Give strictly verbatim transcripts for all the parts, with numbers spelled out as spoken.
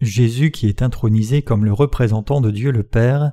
Jésus qui est intronisé comme le représentant de Dieu le Père.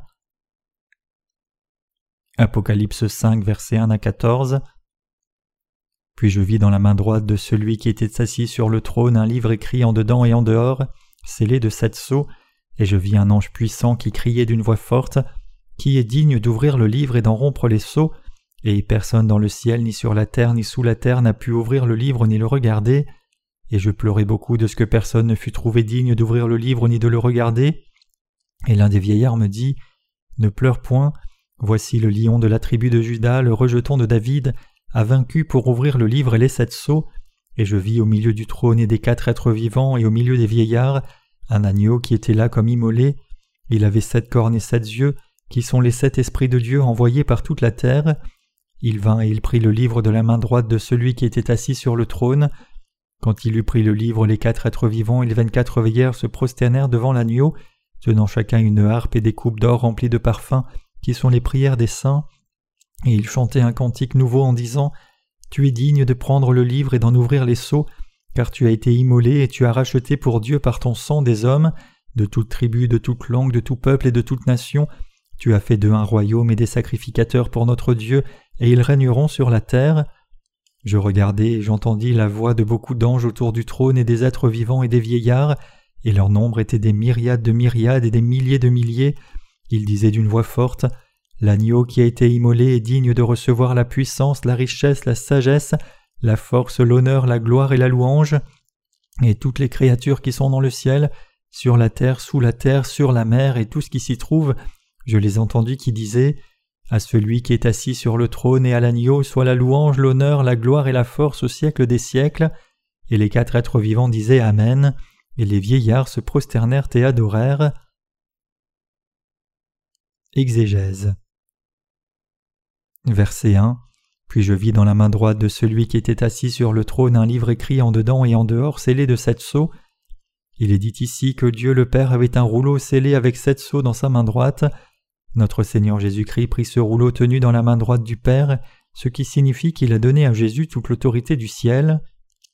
Apocalypse cinq, versets un à quatorze. Puis je vis dans la main droite de celui qui était assis sur le trône un livre écrit en dedans et en dehors, scellé de sept sceaux, et je vis un ange puissant qui criait d'une voix forte, « Qui est digne d'ouvrir le livre et d'en rompre les sceaux ?» Et personne dans le ciel, ni sur la terre, ni sous la terre n'a pu ouvrir le livre ni le regarder. Et je pleurai beaucoup de ce que personne ne fut trouvé digne d'ouvrir le livre ni de le regarder. Et l'un des vieillards me dit, « Ne pleure point, voici le lion de la tribu de Juda, le rejeton de David, a vaincu pour ouvrir le livre et les sept sceaux. » Et je vis au milieu du trône et des quatre êtres vivants et au milieu des vieillards, un agneau qui était là comme immolé. Il avait sept cornes et sept yeux, qui sont les sept esprits de Dieu envoyés par toute la terre. Il vint et il prit le livre de la main droite de celui qui était assis sur le trône. Quand il eut pris le livre, les quatre êtres vivants et les vingt-quatre vieillards se prosternèrent devant l'agneau, tenant chacun une harpe et des coupes d'or remplies de parfums, qui sont les prières des saints. Et ils chantaient un cantique nouveau en disant « Tu es digne de prendre le livre et d'en ouvrir les sceaux, car tu as été immolé et tu as racheté pour Dieu par ton sang des hommes, de toute tribu, de toute langue, de tout peuple et de toute nation. Tu as fait d'eux un royaume et des sacrificateurs pour notre Dieu, et ils régneront sur la terre. » Je regardai et j'entendis la voix de beaucoup d'anges autour du trône et des êtres vivants et des vieillards, et leur nombre était des myriades de myriades et des milliers de milliers. Ils disaient d'une voix forte, « L'agneau qui a été immolé est digne de recevoir la puissance, la richesse, la sagesse, la force, l'honneur, la gloire et la louange. » Et toutes les créatures qui sont dans le ciel, sur la terre, sous la terre, sur la mer et tout ce qui s'y trouve, je les entendis qui disaient « À celui qui est assis sur le trône et à l'agneau soit la louange, l'honneur, la gloire et la force au siècle des siècles. » Et les quatre êtres vivants disaient « Amen » et les vieillards se prosternèrent et adorèrent. Exégèse. Verset un. Puis je vis dans la main droite de celui qui était assis sur le trône un livre écrit en dedans et en dehors, scellé de sept sceaux. Il est dit ici que Dieu le Père avait un rouleau scellé avec sept sceaux dans sa main droite. Notre Seigneur Jésus-Christ prit ce rouleau tenu dans la main droite du Père, ce qui signifie qu'il a donné à Jésus toute l'autorité du ciel.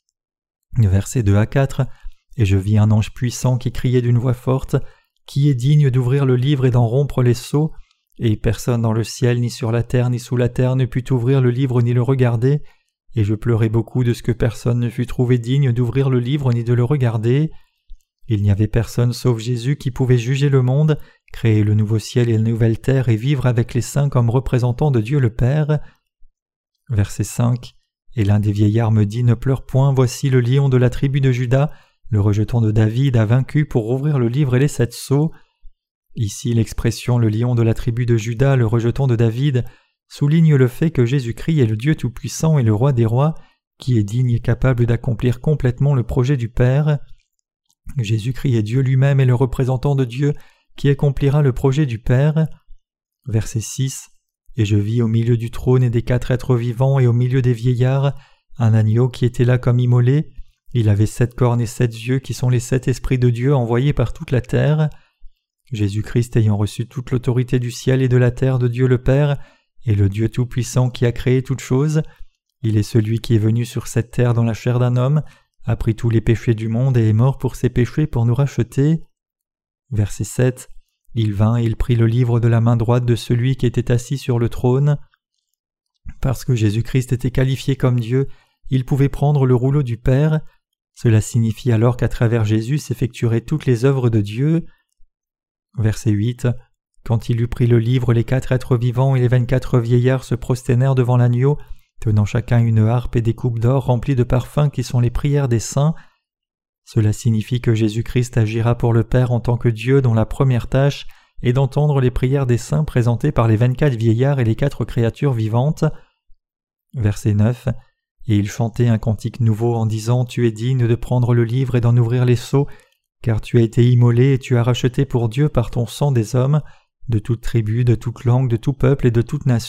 Versets deux à quatre. Et je vis un ange puissant qui criait d'une voix forte, « Qui est digne d'ouvrir le livre et d'en rompre les sceaux ?» Et personne dans le ciel, ni sur la terre, ni sous la terre ne put ouvrir le livre ni le regarder. Et je pleurai beaucoup de ce que personne ne fut trouvé digne d'ouvrir le livre ni de le regarder. Il n'y avait personne sauf Jésus qui pouvait juger le monde, créer le nouveau ciel et la nouvelle terre et vivre avec les saints comme représentants de Dieu le Père. Verset cinq. Et l'un des vieillards me dit « Ne pleure point, voici le lion de la tribu de Juda, le rejeton de David a vaincu pour ouvrir le livre et les sept sceaux. » Ici, l'expression « le lion de la tribu de Juda, le rejeton de David » souligne le fait que Jésus-Christ est le Dieu Tout-Puissant et le Roi des rois, qui est digne et capable d'accomplir complètement le projet du Père. Jésus-Christ est Dieu lui-même et le représentant de Dieu qui accomplira le projet du Père. Verset six. Et je vis au milieu du trône et des quatre êtres vivants et au milieu des vieillards un agneau qui était là comme immolé. Il avait sept cornes et sept yeux qui sont les sept esprits de Dieu envoyés par toute la terre. Jésus-Christ ayant reçu toute l'autorité du ciel et de la terre de Dieu le Père, et le Dieu Tout-Puissant qui a créé toutes choses, il est celui qui est venu sur cette terre dans la chair d'un homme, a pris tous les péchés du monde et est mort pour ses péchés pour nous racheter. Verset sept. Il vint et il prit le livre de la main droite de celui qui était assis sur le trône. Parce que Jésus-Christ était qualifié comme Dieu, il pouvait prendre le rouleau du Père. Cela signifie alors qu'à travers Jésus s'effectueraient toutes les œuvres de Dieu. Verset huit. Quand il eut pris le livre, les quatre êtres vivants et les vingt-quatre vieillards se prosternèrent devant l'agneau, tenant chacun une harpe et des coupes d'or remplies de parfums qui sont les prières des saints. Cela signifie que Jésus-Christ agira pour le Père en tant que Dieu dont la première tâche est d'entendre les prières des saints présentées par les vingt-quatre vieillards et les quatre créatures vivantes. Verset neuf. Et il chantait un cantique nouveau en disant « Tu es digne de prendre le livre et d'en ouvrir les sceaux, car tu as été immolé et tu as racheté pour Dieu par ton sang des hommes, de toute tribu, de toute langue, de tout peuple et de toute nation. »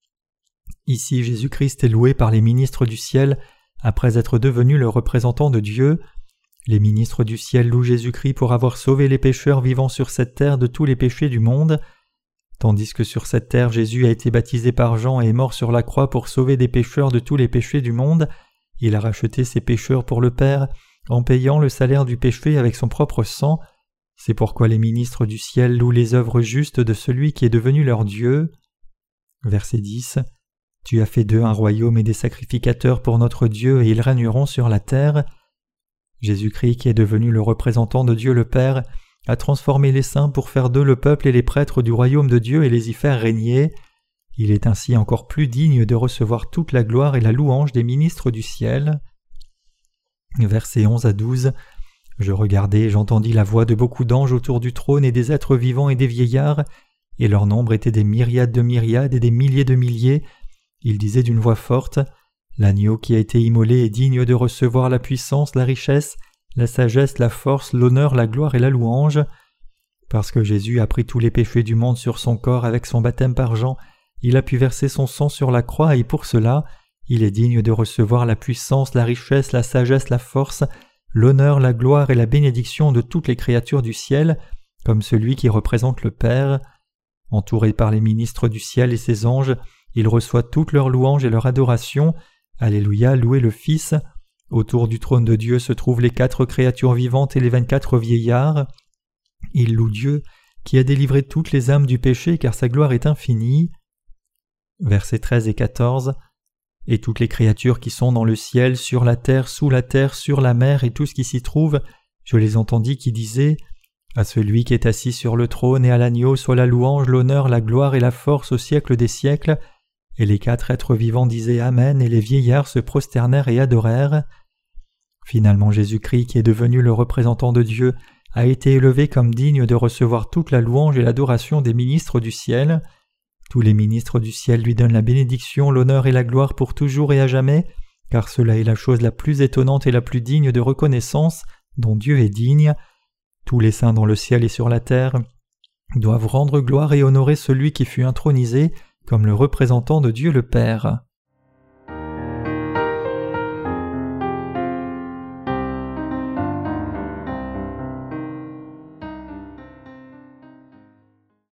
Ici, Jésus-Christ est loué par les ministres du ciel après être devenu le représentant de Dieu. Les ministres du ciel louent Jésus-Christ pour avoir sauvé les pécheurs vivant sur cette terre de tous les péchés du monde. Tandis que sur cette terre Jésus a été baptisé par Jean et est mort sur la croix pour sauver des pécheurs de tous les péchés du monde, il a racheté ces pécheurs pour le Père en payant le salaire du péché avec son propre sang, C'est pourquoi les ministres du ciel louent les œuvres justes de celui qui est devenu leur Dieu. Verset dix. Tu as fait d'eux un royaume et des sacrificateurs pour notre Dieu, et ils régneront sur la terre. Jésus-Christ, qui est devenu le représentant de Dieu le Père, a transformé les saints pour faire d'eux le peuple et les prêtres du royaume de Dieu et les y faire régner. Il est ainsi encore plus digne de recevoir toute la gloire et la louange des ministres du ciel. Versets onze à douze. Je regardai et j'entendis la voix de beaucoup d'anges autour du trône et des êtres vivants et des vieillards, et leur nombre était des myriades de myriades et des milliers de milliers. Ils disaient d'une voix forte: L'agneau qui a été immolé est digne de recevoir la puissance, la richesse, la sagesse, la force, l'honneur, la gloire et la louange. Parce que Jésus a pris tous les péchés du monde sur son corps avec son baptême par Jean, il a pu verser son sang sur la croix et pour cela, il est digne de recevoir la puissance, la richesse, la sagesse, la force, l'honneur, la gloire et la bénédiction de toutes les créatures du ciel, comme celui qui représente le Père. Entouré par les ministres du ciel et ses anges, il reçoit toute leur louange et leur adoration. Alléluia, louez le Fils. Autour du trône de Dieu se trouvent les quatre créatures vivantes et les vingt-quatre vieillards. Ils louent Dieu, qui a délivré toutes les âmes du péché, car sa gloire est infinie. Versets treize et quatorze. Et toutes les créatures qui sont dans le ciel, sur la terre, sous la terre, sur la mer et tout ce qui s'y trouve, je les entendis qui disaient: À celui qui est assis sur le trône et à l'agneau soit la louange, l'honneur, la gloire et la force au siècle des siècles. Et les quatre êtres vivants disaient Amen, et les vieillards se prosternèrent et adorèrent. Finalement, Jésus-Christ, qui est devenu le représentant de Dieu, a été élevé comme digne de recevoir toute la louange et l'adoration des ministres du ciel. Tous les ministres du ciel lui donnent la bénédiction, l'honneur et la gloire pour toujours et à jamais, car cela est la chose la plus étonnante et la plus digne de reconnaissance dont Dieu est digne. Tous les saints dans le ciel et sur la terre doivent rendre gloire et honorer celui qui fut intronisé comme le représentant de Dieu le Père.